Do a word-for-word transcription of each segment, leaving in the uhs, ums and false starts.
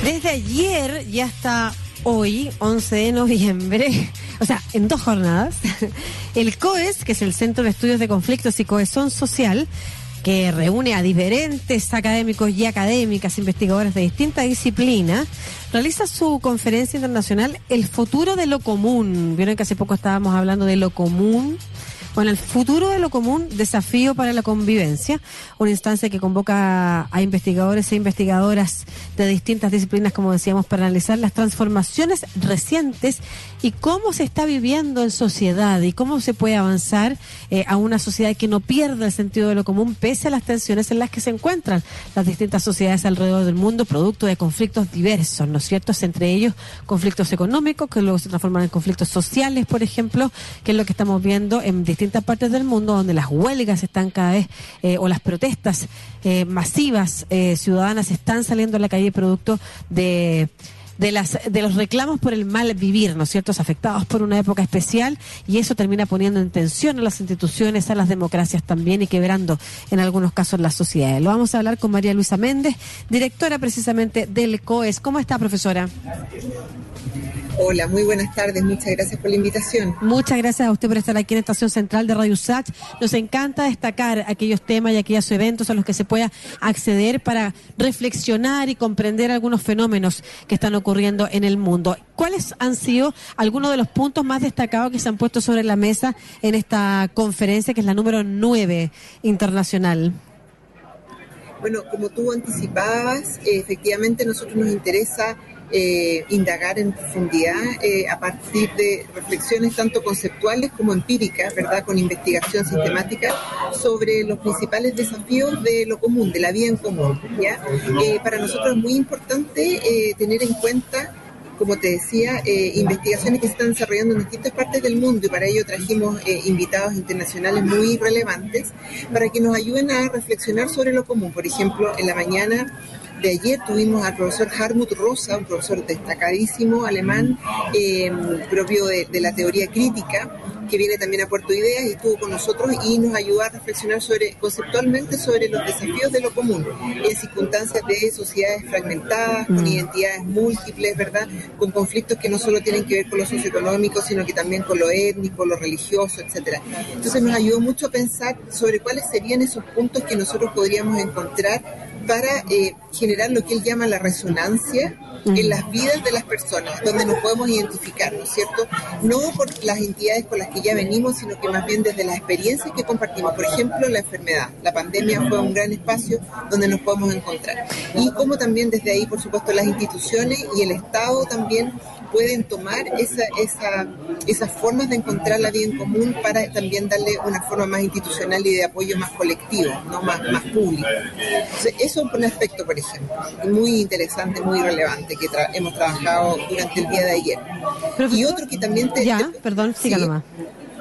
Desde ayer y hasta hoy, once de noviembre, o sea, en dos jornadas, el COES, que es el Centro de Estudios de Conflictos y Cohesión Social, que reúne a diferentes académicos y académicas, investigadores de distintas disciplinas, realiza su conferencia internacional El futuro de lo común. Vieron que hace poco estábamos hablando de lo común. Bueno, el futuro de lo común, desafío para la convivencia, una instancia que convoca a investigadores e investigadoras de distintas disciplinas, como decíamos, para analizar las transformaciones recientes y cómo se está viviendo en sociedad y cómo se puede avanzar eh, a una sociedad que no pierda el sentido de lo común pese a las tensiones en las que se encuentran las distintas sociedades alrededor del mundo, producto de conflictos diversos, ¿no es cierto? Entre ellos, conflictos económicos que luego se transforman en conflictos sociales, por ejemplo, que es lo que estamos viendo en distintas partes del mundo, donde las huelgas están cada vez, eh, o las protestas eh, masivas eh, ciudadanas están saliendo a la calle producto de... de las de los reclamos por el mal vivir, ¿no es cierto?, afectados por una época especial, y eso termina poniendo en tensión a las instituciones, a las democracias también, y quebrando en algunos casos las sociedades. Lo vamos a hablar con María Luisa Méndez, directora precisamente del COES. ¿Cómo está, profesora? Hola, muy buenas tardes, muchas gracias por la invitación. Muchas gracias a usted por estar aquí en Estación Central de Radio USACH. Nos encanta destacar aquellos temas y aquellos eventos a los que se pueda acceder para reflexionar y comprender algunos fenómenos que están ocurriendo en el mundo. ¿Cuáles han sido algunos de los puntos más destacados que se han puesto sobre la mesa en esta conferencia, que es la número nueve internacional? Bueno, como tú anticipabas, eh, efectivamente a nosotros nos interesa Eh, indagar en profundidad eh, a partir de reflexiones tanto conceptuales como empíricas, ¿verdad?, con investigación sistemática sobre los principales desafíos de lo común, de la vida en común, ¿ya? Eh, para nosotros es muy importante eh, tener en cuenta, como te decía, eh, investigaciones que se están desarrollando en distintas partes del mundo, y para ello trajimos eh, invitados internacionales muy relevantes para que nos ayuden a reflexionar sobre lo común. Por ejemplo, en la mañana de ayer tuvimos al profesor Hartmut Rosa, un profesor destacadísimo alemán, eh, propio de, de la teoría crítica, que viene también a Puerto Ideas y estuvo con nosotros y nos ayudó a reflexionar sobre conceptualmente sobre los desafíos de lo común en circunstancias de sociedades fragmentadas, con identidades múltiples, ¿verdad?, con conflictos que no solo tienen que ver con lo socioeconómico, sino que también con lo étnico, lo religioso, etcétera. Entonces nos ayudó mucho a pensar sobre cuáles serían esos puntos que nosotros podríamos encontrar para eh, generar lo que él llama la resonancia en las vidas de las personas, donde nos podemos identificar, ¿no es cierto? No por las entidades con las que ya venimos, sino que más bien desde las experiencias que compartimos. Por ejemplo, la enfermedad. La pandemia fue un gran espacio donde nos podemos encontrar. Y como también desde ahí, por supuesto, las instituciones y el Estado también pueden tomar esa, esa, esas formas de encontrar la vida en común para también darle una forma más institucional y de apoyo más colectivo, no más, más público. Entonces, eso es un aspecto, por ejemplo, muy interesante, muy relevante, que tra- hemos trabajado durante el día de ayer. Profesor, y otro que también te... Ya, te, perdón, siga sí, nomás.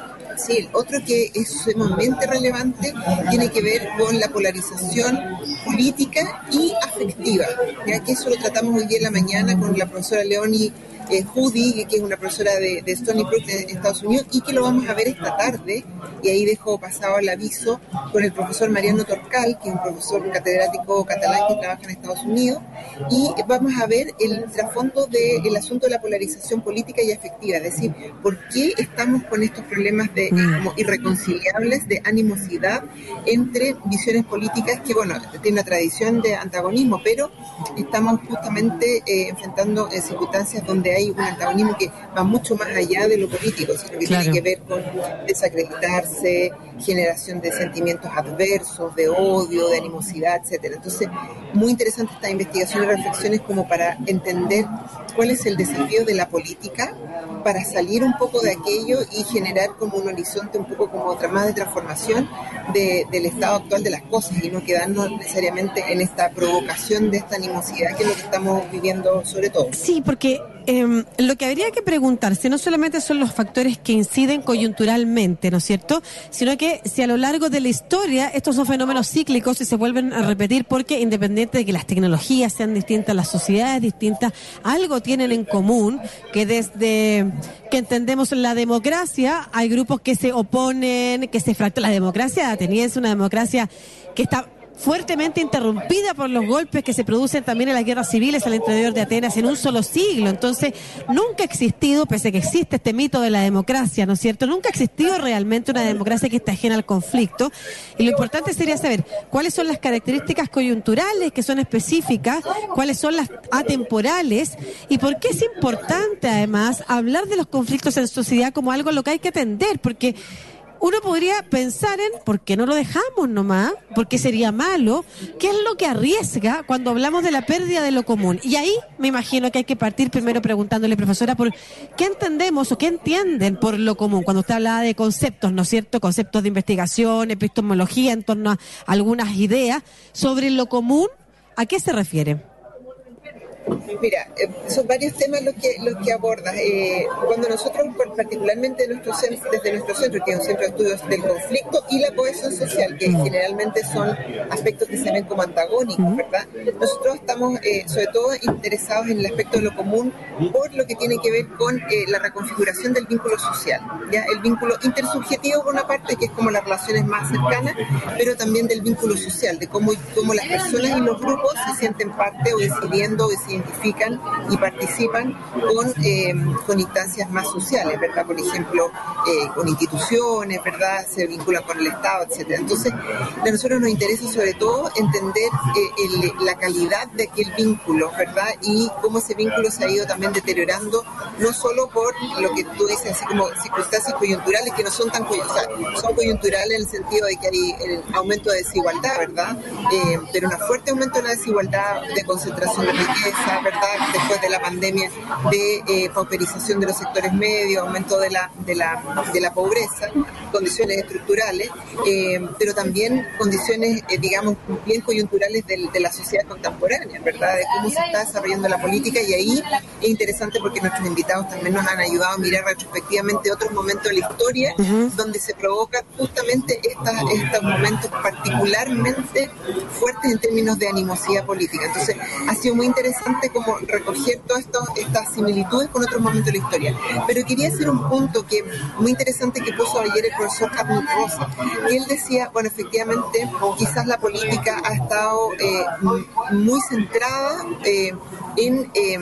Sí, otro que es sumamente relevante tiene que ver con la polarización política y afectiva, ya que eso lo tratamos hoy día en la mañana con la profesora Leonie eh, Judy, que es una profesora de, de Stony Brook en Estados Unidos, y que lo vamos a ver esta tarde, y ahí dejo pasado el aviso, con el profesor Mariano Torcal, que es un profesor catedrático catalán que trabaja en Estados Unidos, y vamos a ver el trasfondo del asunto de la polarización política y afectiva, es decir, por qué estamos con estos problemas de, eh, como irreconciliables de animosidad entre visiones políticas que, bueno, tienen una tradición de antagonismo, pero estamos justamente eh, enfrentando eh, circunstancias donde hay un antagonismo que va mucho más allá de lo político, sino que claro, tiene que ver con desacreditarse, generación de sentimientos adversos, de odio, de animosidad, etcétera. Entonces, muy interesante esta investigación y reflexiones como para entender cuál es el desafío de la política para salir un poco de aquello y generar como un horizonte un poco como otra más de transformación de, del estado actual de las cosas, y no quedarnos necesariamente en esta provocación de esta animosidad que es lo que estamos viviendo sobre todo. Sí, porque eh, lo que habría que preguntarse no solamente son los factores que inciden coyunturalmente, ¿no es cierto?, sino que si a lo largo de la historia estos son fenómenos cíclicos y se vuelven a repetir, porque independiente de que las tecnologías sean distintas, las sociedades distintas, algo tienen en común, que desde que entendemos la democracia hay grupos que se oponen, que se fracturan. La democracia ateniense, una democracia que está fuertemente interrumpida por los golpes que se producen también en las guerras civiles al interior de Atenas en un solo siglo. Entonces, nunca ha existido, pese a que existe este mito de la democracia, ¿no es cierto? Nunca ha existido realmente una democracia que esté ajena al conflicto. Y lo importante sería saber cuáles son las características coyunturales que son específicas, cuáles son las atemporales y por qué es importante, además, hablar de los conflictos en sociedad como algo a lo que hay que atender, porque uno podría pensar en ¿por qué no lo dejamos nomás? ¿Por qué sería malo? ¿Qué es lo que arriesga cuando hablamos de la pérdida de lo común? Y ahí me imagino que hay que partir primero preguntándole, profesora, por qué entendemos o qué entienden por lo común. Cuando usted hablaba de conceptos, ¿no es cierto? Conceptos de investigación, epistemología en torno a algunas ideas sobre lo común, ¿a qué se refiere? Mira, eh, son varios temas los que los que abordas. Eh, cuando nosotros, particularmente nuestro centro, desde nuestro centro, que es un centro de estudios del conflicto y la cohesión social, que generalmente son aspectos que se ven como antagónicos, ¿verdad? Nosotros estamos eh, sobre todo interesados en el aspecto de lo común por lo que tiene que ver con eh, la reconfiguración del vínculo social, ¿ya? El vínculo intersubjetivo por una parte, que es como las relaciones más cercanas, pero también del vínculo social, de cómo, cómo las personas y los grupos se sienten parte o decidiendo o se identifican y participan con, eh, con instancias más sociales, ¿verdad? Por ejemplo, eh, con instituciones, ¿verdad? Se vinculan con el Estado, etcétera. Entonces, a nosotros nos interesa sobre todo entender eh, el, la calidad de aquel vínculo, ¿verdad? Y cómo ese vínculo se ha ido también deteriorando, no solo por lo que tú dices, así como circunstancias coyunturales que no son tan coyunturales, o sea, son coyunturales en el sentido de que hay el aumento de desigualdad, ¿verdad? Eh, pero un fuerte aumento de la desigualdad, de concentración de riqueza, ¿verdad? Después de la pandemia, de eh, pauperización de los sectores medios, aumento de la de la de la pobreza, condiciones estructurales, eh, pero también condiciones, eh, digamos, bien coyunturales de, de la sociedad contemporánea, ¿verdad? De cómo se está desarrollando la política, y ahí es interesante porque nuestros invitados también nos han ayudado a mirar retrospectivamente otros momentos de la historia, uh-huh, donde se provocan justamente estas, estos momentos particularmente fuertes en términos de animosidad política. Entonces, ha sido muy interesante como recoger todas estas similitudes con otros momentos de la historia. Pero quería hacer un punto que muy interesante que puso ayer el profesor Carlos Rosa, que él decía, bueno, efectivamente, quizás la política ha estado eh, muy centrada eh, en eh,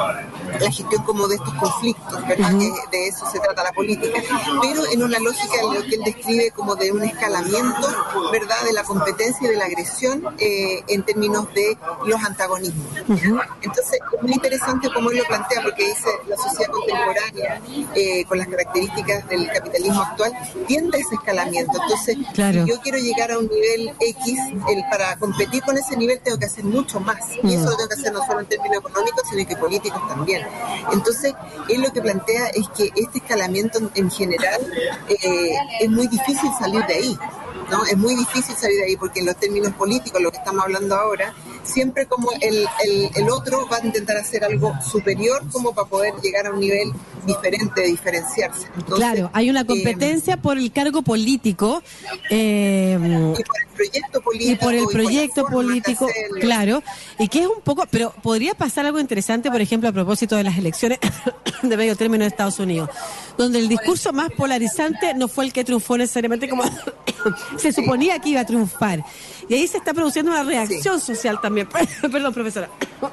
la gestión como de estos conflictos, ¿verdad? Uh-huh. Que de eso se trata la política, pero en una lógica de lo que él describe como de un escalamiento, ¿verdad? De la competencia y de la agresión eh, en términos de los antagonismos. Uh-huh. Entonces, es muy interesante cómo él lo plantea, porque dice la sociedad contemporánea, eh, con las características del capitalismo actual, tiende a ese escalamiento. Entonces, claro, si yo quiero llegar a un nivel X, el, para competir con ese nivel tengo que hacer mucho más. Y eso lo tengo que hacer no solo en términos económicos, sino que políticos también. Entonces, él lo que plantea es que este escalamiento en, en general eh, es muy difícil salir de ahí, ¿no? Es muy difícil salir de ahí porque en los términos políticos, lo que estamos hablando ahora, siempre como el, el, el otro va a intentar hacer algo superior como para poder llegar a un nivel diferente, diferenciarse. Entonces, claro, hay una competencia eh, por el cargo político. Eh, y por el proyecto político. Y por el proyecto por político, claro. Y que es un poco, pero podría pasar algo interesante, por ejemplo, a propósito de las elecciones de medio término de Estados Unidos, donde el discurso más polarizante no fue el que triunfó necesariamente como se suponía que iba a triunfar. Y ahí se está produciendo una reacción sí. social también. Perdón, profesora.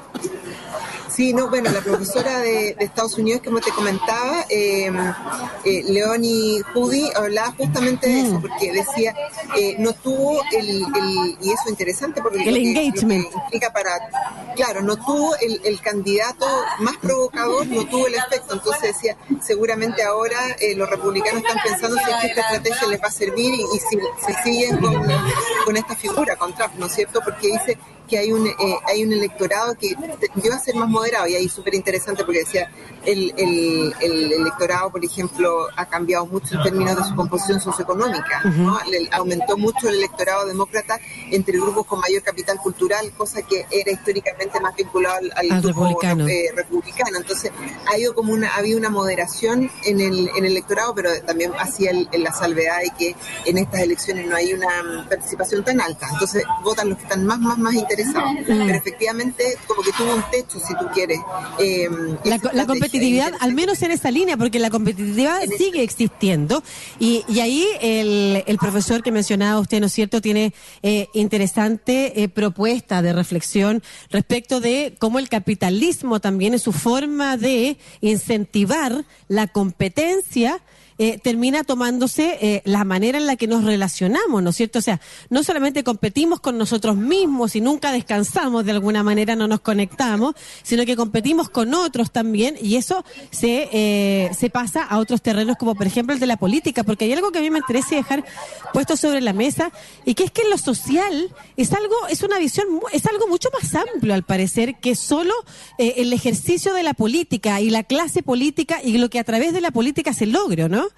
Sí, no, bueno, la profesora de, de Estados Unidos, como te comentaba, eh, eh, Leonie Judy, hablaba justamente de eso, porque decía, eh, no tuvo el, el, y eso es interesante, porque el lo que, engagement lo que implica para, claro, no tuvo el, el candidato más provocador, no tuvo el efecto. Entonces decía, seguramente ahora eh, los republicanos están pensando si es que esta estrategia les va a servir y, y si, si siguen con, con esta figura, con Trump, ¿no es cierto? Porque dice que hay un eh, hay un electorado que iba a ser más moderado, y ahí súper interesante porque decía el, el, el electorado, por ejemplo, ha cambiado mucho en términos de su composición socioeconómica, ¿no? Uh-huh. Le, aumentó mucho el electorado demócrata entre grupos con mayor capital cultural, cosa que era históricamente más vinculado al, al, al grupo republicano. Eh, republicano. Entonces ha ido como una, ha habido una moderación en el, en el electorado, pero también hacía el, la salvedad de que en estas elecciones no hay una participación tan alta, entonces votan los que están más, más, más interesados interesado. Mm. Pero efectivamente como que tuvo un techo, si tú quieres. Eh, la, la competitividad, al menos en esa línea, porque la competitividad en sigue este... existiendo. Y, y ahí el, el profesor que mencionaba usted, ¿no es cierto?, tiene eh, interesante eh, propuesta de reflexión respecto de cómo el capitalismo también es su forma de incentivar la competencia. Eh, termina tomándose eh, la manera en la que nos relacionamos, ¿no es cierto? O sea, no solamente competimos con nosotros mismos y nunca descansamos, de alguna manera no nos conectamos, sino que competimos con otros también, y eso se eh, se pasa a otros terrenos, como por ejemplo el de la política, porque hay algo que a mí me interesa dejar puesto sobre la mesa, y que es que lo social es algo, es una visión, es algo mucho más amplio al parecer, que solo eh, el ejercicio de la política y la clase política y lo que a través de la política se logre, ¿no?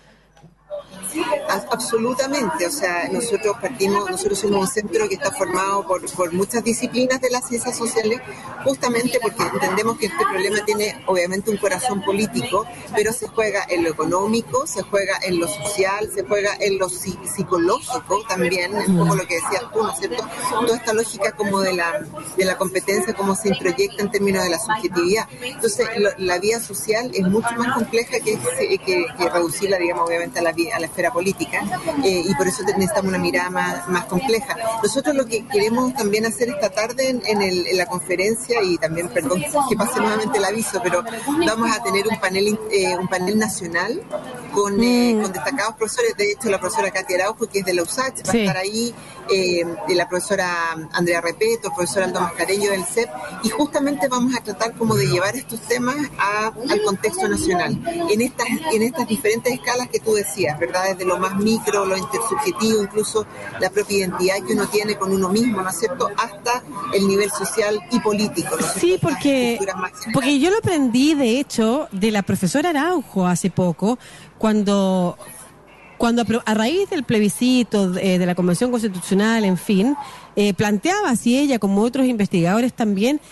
Absolutamente, o sea, nosotros partimos, nosotros somos un centro que está formado por, por muchas disciplinas de las ciencias sociales, justamente porque entendemos que este problema tiene obviamente un corazón político, pero se juega en lo económico, se juega en lo social, se juega en lo psicológico también, es como lo que decías tú, ¿no es cierto? Toda esta lógica como de la, de la competencia, cómo se introyecta en términos de la subjetividad. Entonces, lo, la vida social es mucho más compleja que, que, que reducirla, digamos, obviamente a la, a la esfera política, eh, y por eso necesitamos una mirada más, más compleja. Nosotros lo que queremos también hacer esta tarde en, en, el, en la conferencia, y también, perdón que pase nuevamente el aviso, pero vamos a tener un panel eh, un panel nacional con, eh, con destacados profesores. De hecho, la profesora Katia Araujo, que es de la U S A C H, va sí. a estar ahí, eh, la profesora Andrea Repeto, el profesor Aldo Mascareño del C E P, y justamente vamos a tratar como de llevar estos temas a, al contexto nacional, en estas, en estas diferentes escalas que tú decías, ¿verdad? Desde lo más micro, lo intersubjetivo, incluso la propia identidad que uno tiene con uno mismo, ¿no es cierto?, hasta el nivel social y político, ¿no es cierto? Sí, porque, porque yo lo aprendí, de hecho, de la profesora Araujo hace poco, cuando, cuando a raíz del plebiscito, eh, de la Convención Constitucional, en fin, eh, planteaba así ella, como otros investigadores también,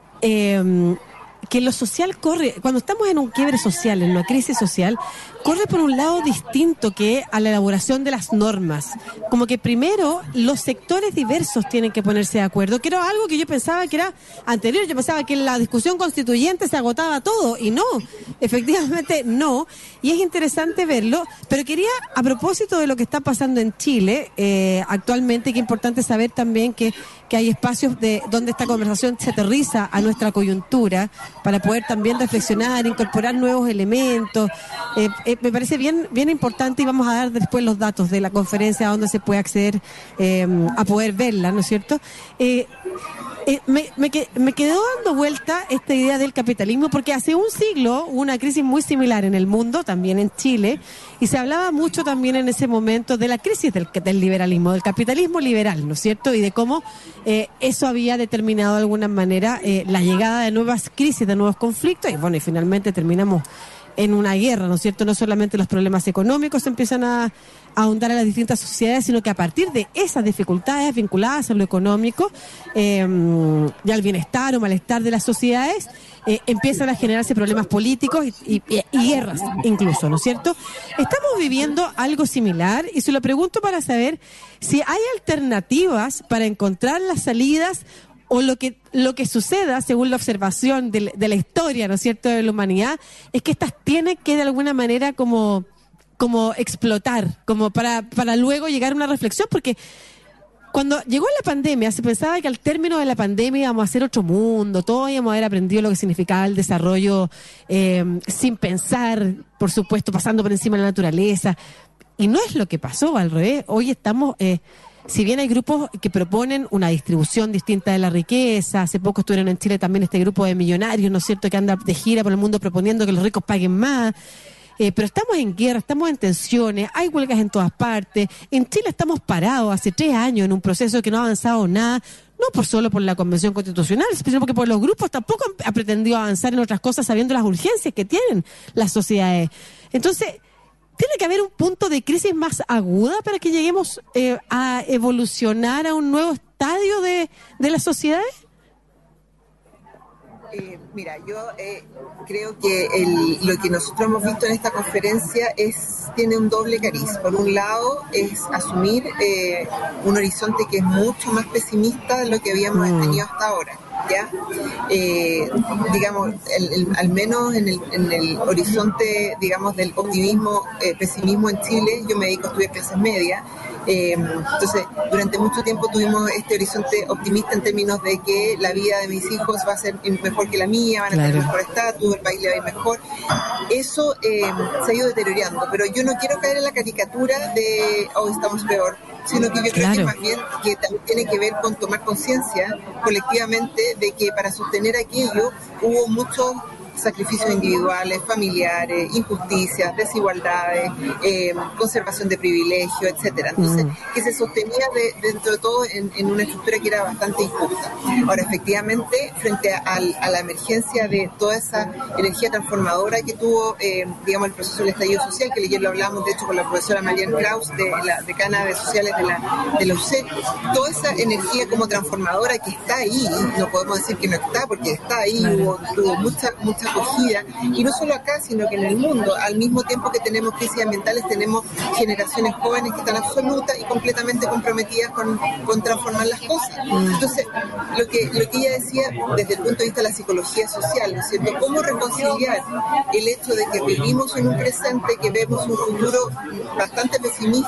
eh, que lo social corre, cuando estamos en un quiebre social, en una crisis social, corre por un lado distinto que a la elaboración de las normas. Como que primero los sectores diversos tienen que ponerse de acuerdo, que era algo que yo pensaba que era anterior. Yo pensaba que en la discusión constituyente se agotaba todo, y no, efectivamente no, y es interesante verlo. Pero quería, a propósito de lo que está pasando en Chile eh, actualmente, que es importante saber también que, que hay espacios de donde esta conversación se aterriza a nuestra coyuntura, para poder también reflexionar, incorporar nuevos elementos. Eh, eh, me parece bien bien importante, y vamos a dar después los datos de la conferencia donde se puede acceder eh, a poder verla, ¿no es cierto? Eh, eh, me, me, me quedó dando vuelta esta idea del capitalismo, porque hace un siglo hubo una crisis muy similar en el mundo, también en Chile, y se hablaba mucho también en ese momento de la crisis del, del liberalismo, del capitalismo liberal, ¿no es cierto? Y de cómo eh, eso había determinado de alguna manera eh, la llegada de nuevas crisis, de nuevos conflictos, y bueno, y finalmente terminamos en una guerra, ¿no es cierto? No solamente los problemas económicos empiezan a, a ahondar a las distintas sociedades, sino que a partir de esas dificultades vinculadas a lo económico eh, y al bienestar o malestar de las sociedades, eh, empiezan a generarse problemas políticos y, y, y guerras incluso, ¿no es cierto? Estamos viviendo algo similar, y se lo pregunto para saber si hay alternativas para encontrar las salidas, o lo que lo que suceda, según la observación de, de la historia, ¿no es cierto?, de la humanidad, es que estas tienen que de alguna manera como, como explotar, como para, para luego llegar a una reflexión, porque cuando llegó la pandemia se pensaba que al término de la pandemia íbamos a hacer otro mundo, todos íbamos a haber aprendido lo que significaba el desarrollo eh, sin pensar, por supuesto, pasando por encima de la naturaleza, y no es lo que pasó, al revés. Hoy estamos... Eh, Si bien hay grupos que proponen una distribución distinta de la riqueza, hace poco estuvieron en Chile también este grupo de millonarios, ¿no es cierto?, que anda de gira por el mundo proponiendo que los ricos paguen más, eh, pero estamos en guerra, estamos en tensiones, hay huelgas en todas partes. En Chile estamos parados hace tres años en un proceso que no ha avanzado nada, no por solo por la Convención Constitucional, sino porque por los grupos tampoco han pretendido avanzar en otras cosas, sabiendo las urgencias que tienen las sociedades. Entonces, ¿tiene que haber un punto de crisis más aguda para que lleguemos eh, a evolucionar a un nuevo estadio de, de las sociedades? Eh, mira, yo eh, creo que el, lo que nosotros hemos visto en esta conferencia es tiene un doble cariz. Por un lado, es asumir eh, un horizonte que es mucho más pesimista de lo que habíamos mm. tenido hasta ahora. ¿Ya? Eh, digamos, el, el, al menos en el, en el horizonte, digamos, del optimismo, eh, pesimismo en Chile, yo me dedico a estudiar clases medias. Eh, entonces, durante mucho tiempo tuvimos este horizonte optimista en términos de que la vida de mis hijos va a ser mejor que la mía, van a claro. tener mejor estatus, el país le va a ir mejor. Eso eh, se ha ido deteriorando, pero yo no quiero caer en la caricatura de hoy oh, estamos peor, sino que yo creo claro. que más bien que también tiene que ver con tomar conciencia colectivamente de que para sostener aquello hubo muchos sacrificios individuales, familiares, injusticias, desigualdades, eh, conservación de privilegios, etcétera. Entonces, mm. que se sostenía de, dentro de todo en, en una estructura que era bastante injusta. Ahora, efectivamente, frente a, a la emergencia de toda esa energía transformadora que tuvo, eh, digamos, el proceso del estallido social, que ayer lo hablamos, de hecho, con la profesora Marianne Kraus, de la decana de Sociales de la, de la U C E, toda esa energía como transformadora que está ahí, no podemos decir que no está, porque está ahí, claro. hubo, hubo mucha, mucha acogida, y no solo acá, sino que en el mundo. Al mismo tiempo que tenemos crisis ambientales, tenemos generaciones jóvenes que están absolutas y completamente comprometidas con, con transformar las cosas. Entonces, lo que, lo que ella decía desde el punto de vista de la psicología social, ¿no es cierto? ¿Cómo reconciliar el hecho de que vivimos en un presente, que vemos un futuro bastante pesimista,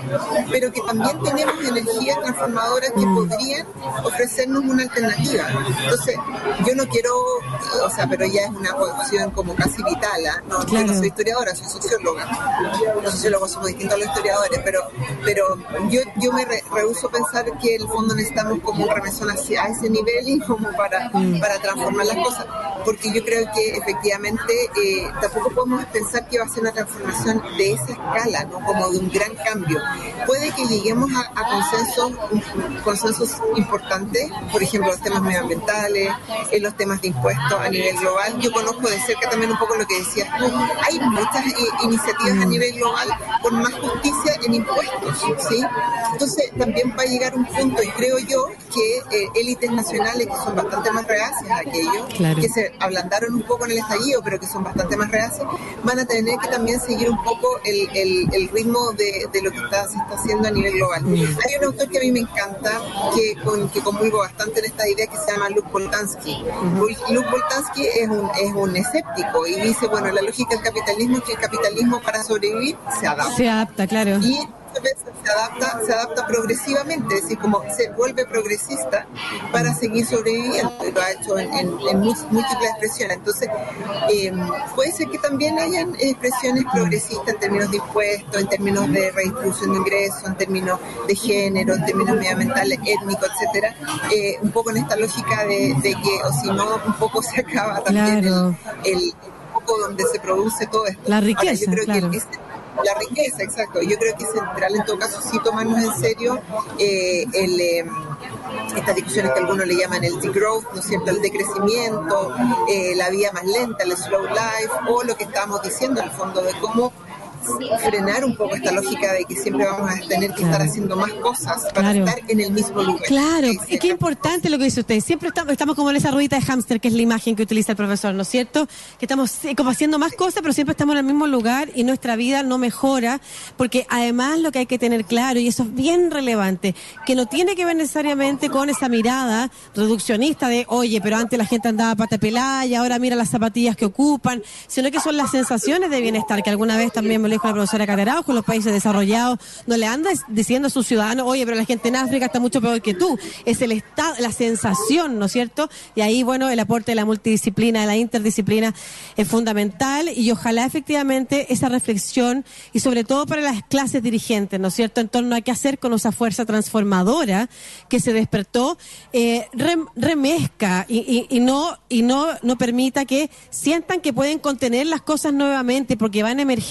pero que también tenemos energías transformadoras que podrían ofrecernos una alternativa? Entonces, yo no quiero, o sea, pero ya es una opción como casi vital, ¿eh? No, claro. Yo no soy historiadora, soy socióloga. Los sociólogos somos distintos a los historiadores, pero, pero yo, yo me re, rehuso pensar que en el fondo necesitamos como un remesón hacia ese nivel y como para, mm. para transformar las cosas, porque yo creo que efectivamente eh, tampoco podemos pensar que va a ser una transformación de esa escala, ¿no? Como de un gran cambio. Puede que lleguemos a, a consensos, consensos importantes, por ejemplo, los temas medioambientales, en los temas de impuestos a nivel global. Yo conozco de cerca también un poco lo que decías tú. Hay muchas eh, iniciativas a nivel global por más justicia en impuestos, ¿sí? Entonces también va a llegar un punto, y creo yo, que eh, élites nacionales que son bastante más reacias a aquello, claro. que se ablandaron un poco en el estallido, pero que son bastante más reacias, van a tener que también seguir un poco el, el, el ritmo de, de lo que está, se está haciendo a nivel global. Mm. Hay un autor que a mí me encanta, que, con, que comulgo bastante en esta idea, que se llama Luc Boltanski. Mm. Luc Boltanski es un, es un escéptico y dice, bueno, la lógica del capitalismo es que el capitalismo para sobrevivir se adapta. Se adapta, claro. Y muchas veces se adapta, se adapta progresivamente, es decir, como se vuelve progresista para seguir sobreviviendo, y lo ha hecho en, en, en múltiples expresiones. Entonces, eh, puede ser que también hayan expresiones progresistas en términos de impuestos, en términos de redistribución de ingresos, en términos de género, en términos medioambientales, étnicos, etcétera, eh, un poco en esta lógica de, de que, o si no, un poco se acaba también claro. el, el, el poco donde se produce todo esto. La riqueza, Ahora, yo creo claro. que es, la riqueza, exacto. Yo creo que es central en todo caso sí tomarnos en serio eh, el, eh, estas discusiones que algunos le llaman el degrowth, ¿no es cierto?, el decrecimiento, eh, la vida más lenta, el slow life, o lo que estábamos diciendo en el fondo de cómo frenar un poco esta lógica de que siempre vamos a tener que claro. estar haciendo más cosas para claro. estar en el mismo lugar. Claro, es que es importante lo que dice usted. Siempre estamos, estamos como en esa ruedita de hámster, que es la imagen que utiliza el profesor, ¿no es cierto? Que estamos como haciendo más cosas, pero siempre estamos en el mismo lugar y nuestra vida no mejora, porque además lo que hay que tener claro, y eso es bien relevante, que no tiene que ver necesariamente con esa mirada reduccionista de, oye, pero antes la gente andaba pata pelada y ahora mira las zapatillas que ocupan, sino que son las sensaciones de bienestar, que alguna vez también me lo dijo la profesora Cateraujo, los países desarrollados no le andan diciendo a sus ciudadanos, oye, pero la gente en África está mucho peor que tú. Es el estado, la sensación, ¿no es cierto? Y ahí, bueno, el aporte de la multidisciplina, de la interdisciplina es fundamental, y ojalá efectivamente esa reflexión, y sobre todo para las clases dirigentes, ¿no es cierto?, en torno a qué hacer con esa fuerza transformadora que se despertó, eh, rem, remezca y, y, y no y no no permita que sientan que pueden contener las cosas nuevamente, porque van a emerger la pérdida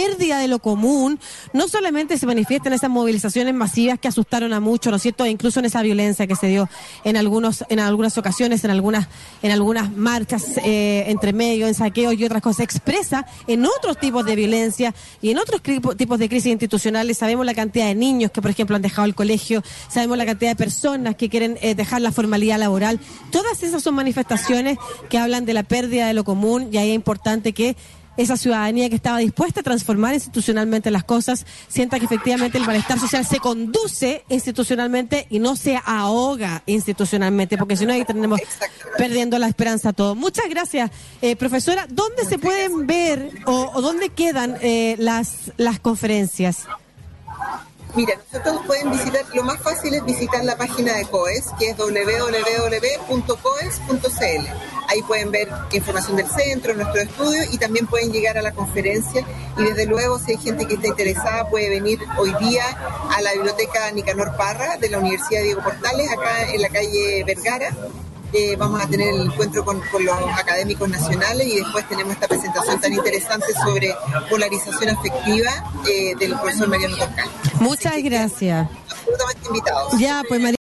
pérdida de lo común no solamente se manifiesta en esas movilizaciones masivas que asustaron a muchos, ¿no es cierto? E incluso en esa violencia que se dio en algunos, en algunas ocasiones, en algunas, en algunas marchas eh, entre medio, en saqueos y otras cosas, expresa en otros tipos de violencia y en otros tipos de crisis institucionales. Sabemos la cantidad de niños que, por ejemplo, han dejado el colegio, sabemos la cantidad de personas que quieren eh, dejar la formalidad laboral. Todas esas son manifestaciones que hablan de la pérdida de lo común, y ahí es importante que esa ciudadanía que estaba dispuesta a transformar institucionalmente las cosas sienta que efectivamente el malestar social se conduce institucionalmente y no se ahoga institucionalmente, porque si no ahí tenemos perdiendo la esperanza a todo. Muchas gracias, eh, profesora. ¿Dónde se pueden ver o, o dónde quedan eh, las, las conferencias? Mira, nosotros pueden visitar, lo más fácil es visitar la página de COES, que es doble u doble u doble u punto coes punto ce ele. Ahí pueden ver información del centro, nuestro estudio, y también pueden llegar a la conferencia. Y desde luego, si hay gente que está interesada, puede venir hoy día a la biblioteca Nicanor Parra de la Universidad Diego Portales, acá en la calle Vergara. Eh, vamos a tener el encuentro con, con los académicos nacionales, y después tenemos esta presentación tan interesante sobre polarización afectiva eh, del profesor Mariano Toscano. Muchas gracias. Absolutamente invitados. Ya, pues María.